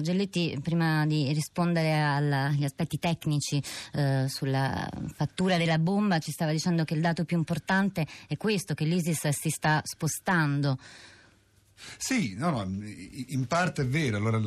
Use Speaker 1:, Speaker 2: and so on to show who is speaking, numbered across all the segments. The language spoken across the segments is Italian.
Speaker 1: Margelletti, prima di rispondere agli aspetti tecnici sulla fattura della bomba, ci stava dicendo che il dato più importante è questo, che l'ISIS si sta spostando.
Speaker 2: Sì, no, in parte è vero. Allora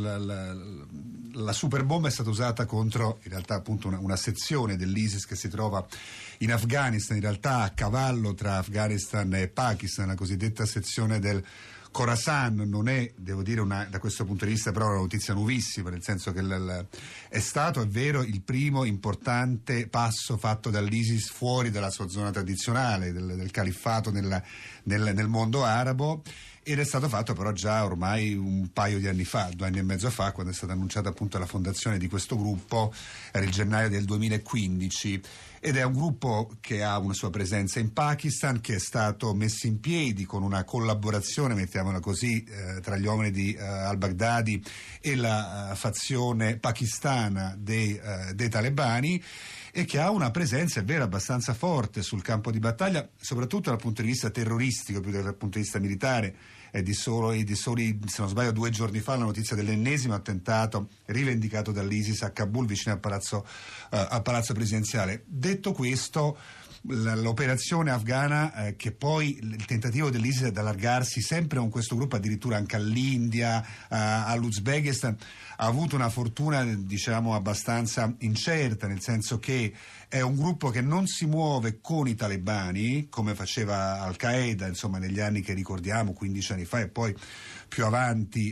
Speaker 2: la superbomba è stata usata contro, in realtà, appunto una sezione dell'ISIS che si trova in Afghanistan, in realtà a cavallo tra Afghanistan e Pakistan, la cosiddetta sezione del Khorasan. Non è, devo dire, da questo punto di vista però una notizia nuovissima, nel senso che è stato, è vero, il primo importante passo fatto dall'ISIS fuori dalla sua zona tradizionale del califfato nel mondo arabo, ed è stato fatto però già ormai un paio di anni fa, 2 anni e mezzo fa, quando è stata annunciata appunto la fondazione di questo gruppo. Era il gennaio del 2015, ed è un gruppo che ha una sua presenza in Pakistan, che è stato messo in piedi con una collaborazione, mettiamola così, tra gli uomini di al-Baghdadi e la fazione pakistana dei talebani, e che ha una presenza, è vero, abbastanza forte sul campo di battaglia, soprattutto dal punto di vista terroristico più che dal punto di vista militare. È di soli, se non sbaglio, 2 giorni fa la notizia dell'ennesimo attentato rivendicato dall'ISIS a Kabul, vicino al palazzo presidenziale. Detto questo, l'operazione afghana, che poi il tentativo dell'ISIS è di allargarsi sempre con questo gruppo addirittura anche all'India, all'Uzbekistan, ha avuto una fortuna, diciamo, abbastanza incerta, nel senso che è un gruppo che non si muove con i talebani come faceva Al-Qaeda, insomma, negli anni che ricordiamo, 15 anni fa, e poi più avanti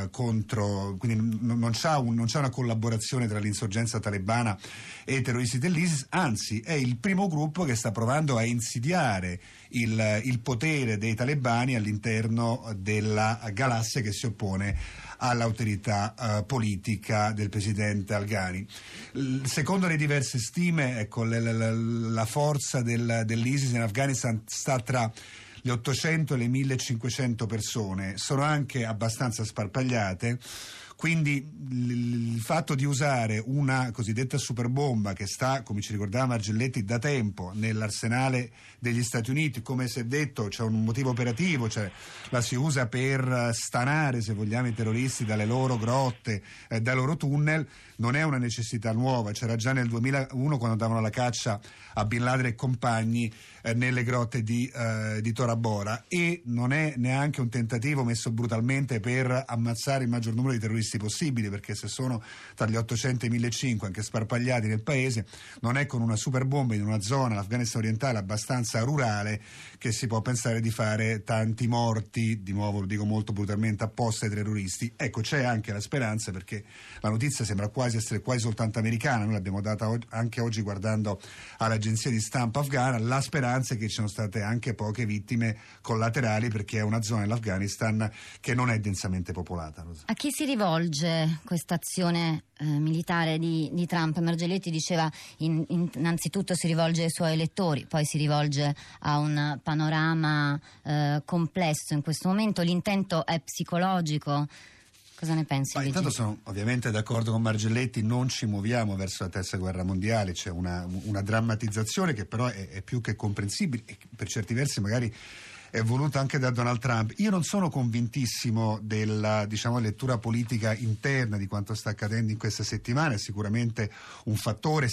Speaker 2: quindi non c'è una collaborazione tra l'insorgenza talebana e i terroristi dell'ISIS. Anzi, è il primo gruppo che sta provando a insidiare il potere dei talebani all'interno della galassia che si oppone all'autorità politica del presidente Al-Ghani. Secondo le diverse stime, ecco, la forza dell'ISIS in Afghanistan sta tra le 800 e le 1500 persone, sono anche abbastanza sparpagliate. Quindi il fatto di usare una cosiddetta superbomba, che sta, come ci ricordava Margelletti, da tempo nell'arsenale degli Stati Uniti, come si è detto c'è un motivo operativo, cioè la si usa per stanare, se vogliamo, i terroristi dalle loro grotte, dai loro tunnel, non è una necessità nuova. C'era già nel 2001, quando davano la caccia a Bin Laden e compagni nelle grotte di Tora Bora, e non è neanche un tentativo messo brutalmente per ammazzare il maggior numero di terroristi possibili, perché se sono tra gli 800 e i 1500 anche sparpagliati nel paese, non è con una superbomba in una zona, l'Afghanistan orientale, abbastanza rurale, che si può pensare di fare tanti morti, di nuovo lo dico molto brutalmente, apposta ai terroristi. Ecco, c'è anche la speranza, perché la notizia sembra quasi essere quasi soltanto americana, noi l'abbiamo data anche oggi guardando all'agenzia di stampa afghana, la speranza è che ci siano state anche poche vittime collaterali, perché è una zona dell'Afghanistan che non è densamente popolata.
Speaker 1: A chi si rivolge questa azione militare di Trump? Margelletti diceva innanzitutto si rivolge ai suoi elettori, poi si rivolge a un panorama complesso in questo momento. L'intento è psicologico. Cosa ne pensi?
Speaker 2: Intanto sono ovviamente d'accordo con Margelletti, non ci muoviamo verso la terza guerra mondiale, c'è una drammatizzazione che però è più che comprensibile, e per certi versi magari è voluta anche da Donald Trump. Io non sono convintissimo della, diciamo, lettura politica interna di quanto sta accadendo in queste settimane. È sicuramente un fattore,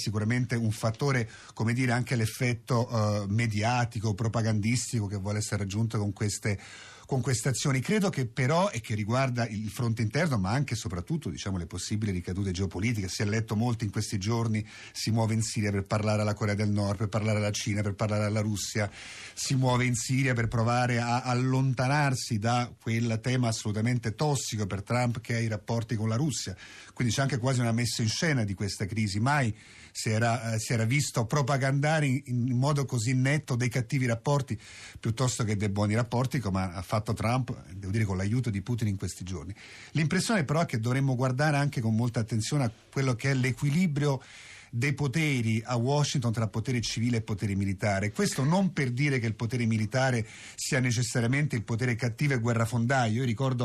Speaker 2: come dire, anche l'effetto mediatico, propagandistico che vuole essere raggiunto con queste azioni. Credo che però, e che riguarda il fronte interno, ma anche e soprattutto, diciamo, le possibili ricadute geopolitiche. Si è letto molto in questi giorni, si muove in Siria per parlare alla Corea del Nord, per parlare alla Cina, per parlare alla Russia, si muove in Siria per provare a allontanarsi da quel tema assolutamente tossico per Trump che è i rapporti con la Russia. Quindi c'è anche quasi una messa in scena di questa crisi. Mai si era visto propagandare in modo così netto dei cattivi rapporti piuttosto che dei buoni rapporti, come ha fatto Trump, devo dire, con l'aiuto di Putin in questi giorni. L'impressione però è che dovremmo guardare anche con molta attenzione a quello che è l'equilibrio dei poteri a Washington tra potere civile e potere militare. Questo non per dire che il potere militare sia necessariamente il potere cattivo e guerrafondaio. Io ricordo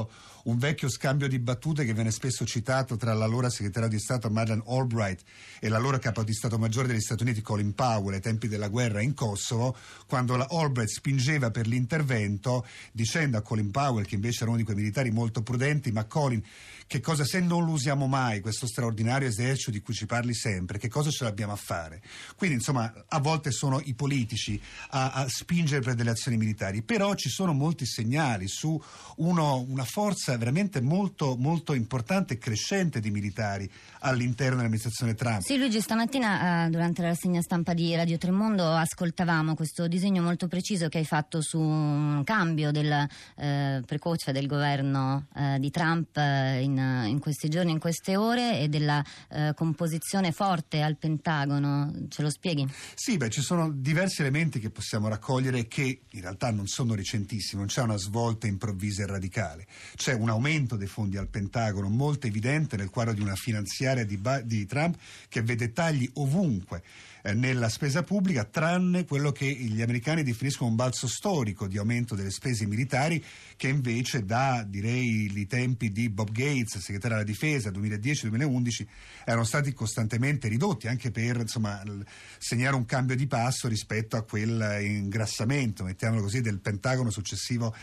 Speaker 2: un vecchio scambio di battute che viene spesso citato tra l'allora segretario di Stato Madeleine Albright e l'allora capo di Stato Maggiore degli Stati Uniti Colin Powell ai tempi della guerra in Kosovo, quando la Albright spingeva per l'intervento dicendo a Colin Powell, che invece era uno di quei militari molto prudenti: ma Colin, che cosa, se non lo usiamo mai questo straordinario esercito di cui ci parli sempre, che cosa ce l'abbiamo a fare? Quindi insomma a volte sono i politici a spingere per delle azioni militari, però ci sono molti segnali su una forza veramente molto, molto importante e crescente di militari all'interno dell'amministrazione Trump.
Speaker 1: Sì, Luigi, stamattina durante la rassegna stampa di Radio Tremondo ascoltavamo questo disegno molto preciso che hai fatto su un cambio del precoce del governo di Trump in questi giorni, in queste ore, e della composizione forte al Pentagono. Ce lo spieghi?
Speaker 2: Sì, ci sono diversi elementi che possiamo raccogliere che in realtà non sono recentissimi, non c'è una svolta improvvisa e radicale. C'è un aumento dei fondi al Pentagono molto evidente nel quadro di una finanziaria di Trump che vede tagli ovunque nella spesa pubblica, tranne quello che gli americani definiscono un balzo storico di aumento delle spese militari, che invece da, direi, i tempi di Bob Gates, segretario della difesa, 2010-2011, erano stati costantemente ridotti, anche per insomma segnare un cambio di passo rispetto a quel ingrassamento, mettiamolo così, del Pentagono successivo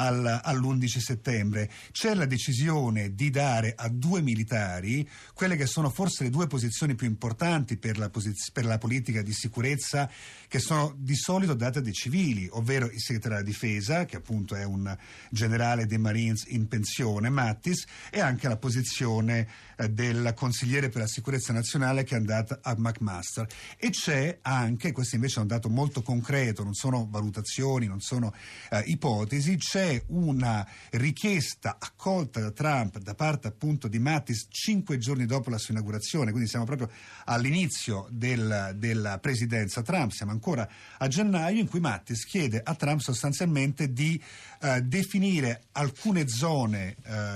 Speaker 2: all'11 settembre. C'è la decisione di dare a due militari quelle che sono forse le due posizioni più importanti per la politica di sicurezza, che sono di solito date a dei civili, ovvero il segretario della difesa, che appunto è un generale dei Marines in pensione, Mattis, e anche la posizione del consigliere per la sicurezza nazionale, che è andata a McMaster. E c'è anche, questo invece è un dato molto concreto, non sono valutazioni, non sono ipotesi, c'è una richiesta accolta da Trump da parte appunto di Mattis 5 giorni dopo la sua inaugurazione, quindi siamo proprio all'inizio della presidenza Trump, siamo ancora a gennaio, in cui Mattis chiede a Trump sostanzialmente di definire alcune zone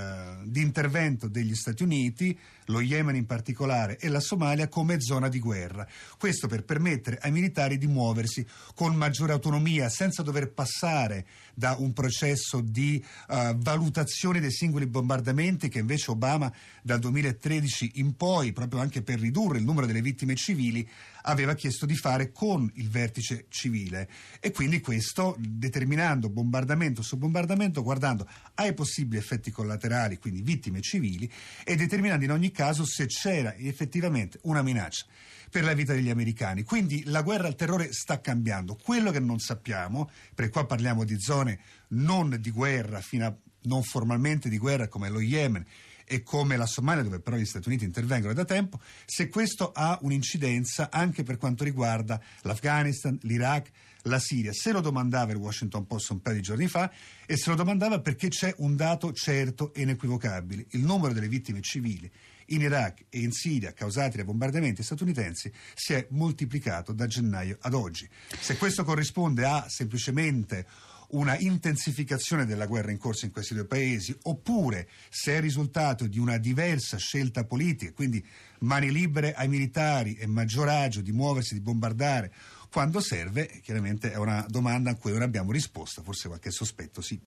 Speaker 2: di intervento degli Stati Uniti, lo Yemen in particolare e la Somalia, come zona di guerra. Questo per permettere ai militari di muoversi con maggiore autonomia, senza dover passare da un processo di valutazione dei singoli bombardamenti che invece Obama dal 2013 in poi, proprio anche per ridurre il numero delle vittime civili, aveva chiesto di fare con il vertice civile. E quindi questo determinando bombardamento su bombardamento, guardando ai possibili effetti collaterali, quindi vittime civili, e determinando in ogni caso se c'era effettivamente una minaccia per la vita degli americani. Quindi la guerra al terrore sta cambiando. Quello che non sappiamo, perché qua parliamo di zone non di guerra, fino a non formalmente di guerra, come lo Yemen e come la Somalia, dove però gli Stati Uniti intervengono da tempo, se questo ha un'incidenza anche per quanto riguarda l'Afghanistan, l'Iraq, la Siria. Se lo domandava il Washington Post un paio di giorni fa, e se lo domandava perché c'è un dato certo e inequivocabile: il numero delle vittime civili in Iraq e in Siria causati dai bombardamenti statunitensi si è moltiplicato da gennaio ad oggi. Se questo corrisponde a semplicemente una intensificazione della guerra in corso in questi due paesi, oppure se è risultato di una diversa scelta politica, quindi mani libere ai militari e maggior agio di muoversi, di bombardare quando serve, chiaramente è una domanda a cui non abbiamo risposta, forse qualche sospetto sì.